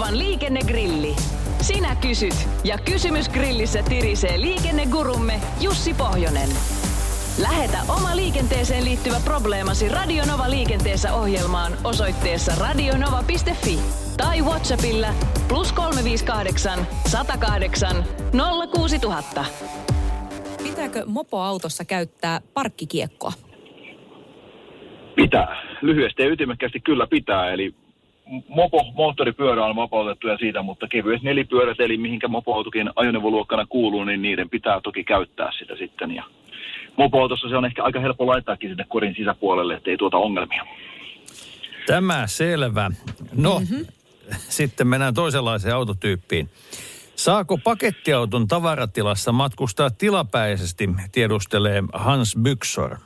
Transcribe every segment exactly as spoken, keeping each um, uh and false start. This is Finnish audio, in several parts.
Radionovan liikennegrilli. Sinä kysyt ja kysymys grillissä tirisee liikennegurumme Jussi Pohjonen. Lähetä oma liikenteeseen liittyvä probleemasi Radionova liikenteessä ohjelmaan osoitteessa radionova piste fi tai WhatsAppilla plus kolme viisi kahdeksan, sata kahdeksan, nolla kuusi nolla nolla nolla. Pitääkö mopoautossa käyttää parkkikiekkoa? Pitää. Lyhyesti ja ytimekkäästi kyllä pitää. Eli mopo, moottoripyörä on vapautettuja siitä, mutta kevyet nelipyörät, eli mihinkä mopoautokin ajoneuvoluokkana kuuluu, niin niiden pitää toki käyttää sitä sitten. Ja mopoautossa se on ehkä aika helppo laittaakin sinne korin sisäpuolelle, ettei tuota ongelmia. Tämä selvä. No, mm-hmm. Sitten mennään toisenlaiseen autotyyppiin. Saako pakettiauton tavaratilassa matkustaa tilapäisesti, tiedustelee Hans Byxor.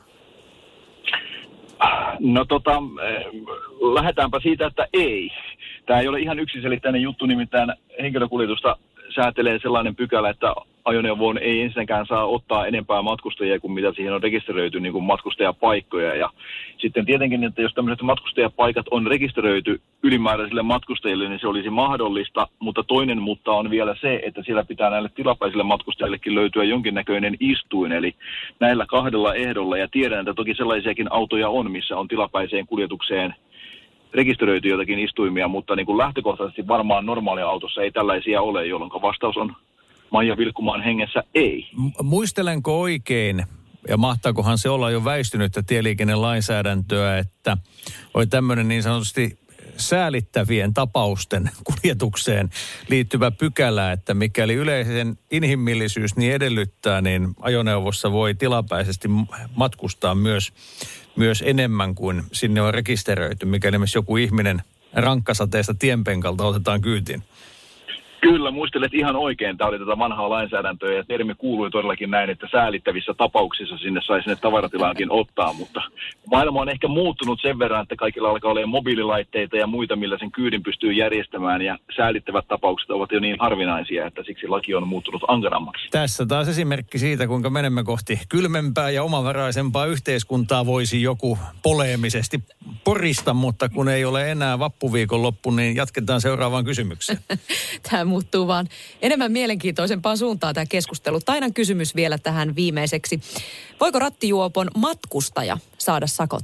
No tota, lähdetäänpä siitä, että ei. Tämä ei ole ihan yksiselitteinen juttu, nimittäin henkilökuljetusta säätelee sellainen pykälä, että ajoneuvoon ei ensinnäkään saa ottaa enempää matkustajia kuin mitä siihen on rekisteröity niin kuin matkustajapaikkoja. Ja sitten tietenkin, että jos tämmöiset matkustajapaikat on rekisteröity ylimääräisille matkustajille, niin se olisi mahdollista, mutta toinen mutta on vielä se, että siellä pitää näille tilapäisille matkustajillekin löytyä jonkinnäköinen istuin, eli näillä kahdella ehdolla, ja tiedän, että toki sellaisiakin autoja on, missä on tilapäiseen kuljetukseen rekisteröity jotakin istuimia, mutta niin kuin lähtökohtaisesti varmaan normaalia autossa ei tällaisia ole, jolloin vastaus on Maija Vilkkumaan hengessä ei. Muistelenko oikein, ja mahtaakohan se olla jo väistynyttä tieliikennelainsäädäntöä, että oli tämmöinen niin sanotusti säälittävien tapausten kuljetukseen liittyvä pykälä, että mikäli yleisen inhimillisyys niin edellyttää, niin ajoneuvossa voi tilapäisesti matkustaa myös, myös enemmän kuin sinne on rekisteröity, mikäli myös joku ihminen rankkasateesta tienpenkalta otetaan kyytiin. Kyllä, muistelet ihan oikein. Tämä oli tätä vanhaa lainsäädäntöä ja termi kuului todellakin näin, että säälittävissä tapauksissa sinne sai sinne tavaratilaankin ottaa, mutta maailma on ehkä muuttunut sen verran, että kaikilla alkaa olemaan mobiililaitteita ja muita, millä sen kyydin pystyy järjestämään ja säälittävät tapaukset ovat jo niin harvinaisia, että siksi laki on muuttunut ankarammaksi. Tässä taas esimerkki siitä, kuinka menemme kohti kylmempää ja omavaraisempaa yhteiskuntaa voisi joku poleemisesti porista, mutta kun ei ole enää vappuviikon loppu, niin jatketaan seuraavaan kysymykseen. Tämä muuttuu vaan enemmän mielenkiintoisempaan suuntaan tämä keskustelu. Tainan kysymys vielä tähän viimeiseksi. Voiko rattijuopon matkustaja saada sakot?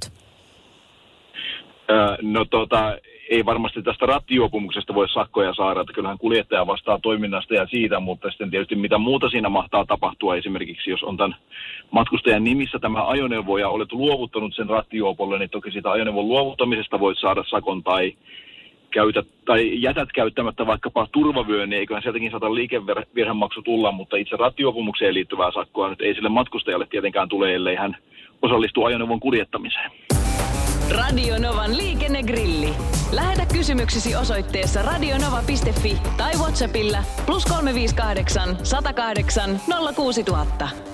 Öö, no tota, ei varmasti tästä rattijuopumuksesta voi sakkoja saada, että kyllähän kuljettaja vastaa toiminnasta ja siitä, mutta sitten tietysti mitä muuta siinä mahtaa tapahtua, esimerkiksi jos on tämän matkustajan nimissä tämä ajoneuvo ja olet luovuttanut sen rattijuopolle, niin toki siitä ajoneuvon luovuttamisesta voit saada sakon tai käytät, tai jätät käyttämättä vaikkapa turvavyön, niin eiköhän sieltäkin saata liikevirhemaksu tulla, mutta itse rattijuopumukseen liittyvää sakkoa nyt ei sille matkustajalle tietenkään tule, ellei hän osallistu ajoneuvon kuljettamiseen. Radionovan liikennegrilli. Lähetä kysymyksesi osoitteessa radionova piste fi tai WhatsAppilla plus kolme viisi kahdeksan, sata kahdeksan, nolla kuusi nolla nolla nolla.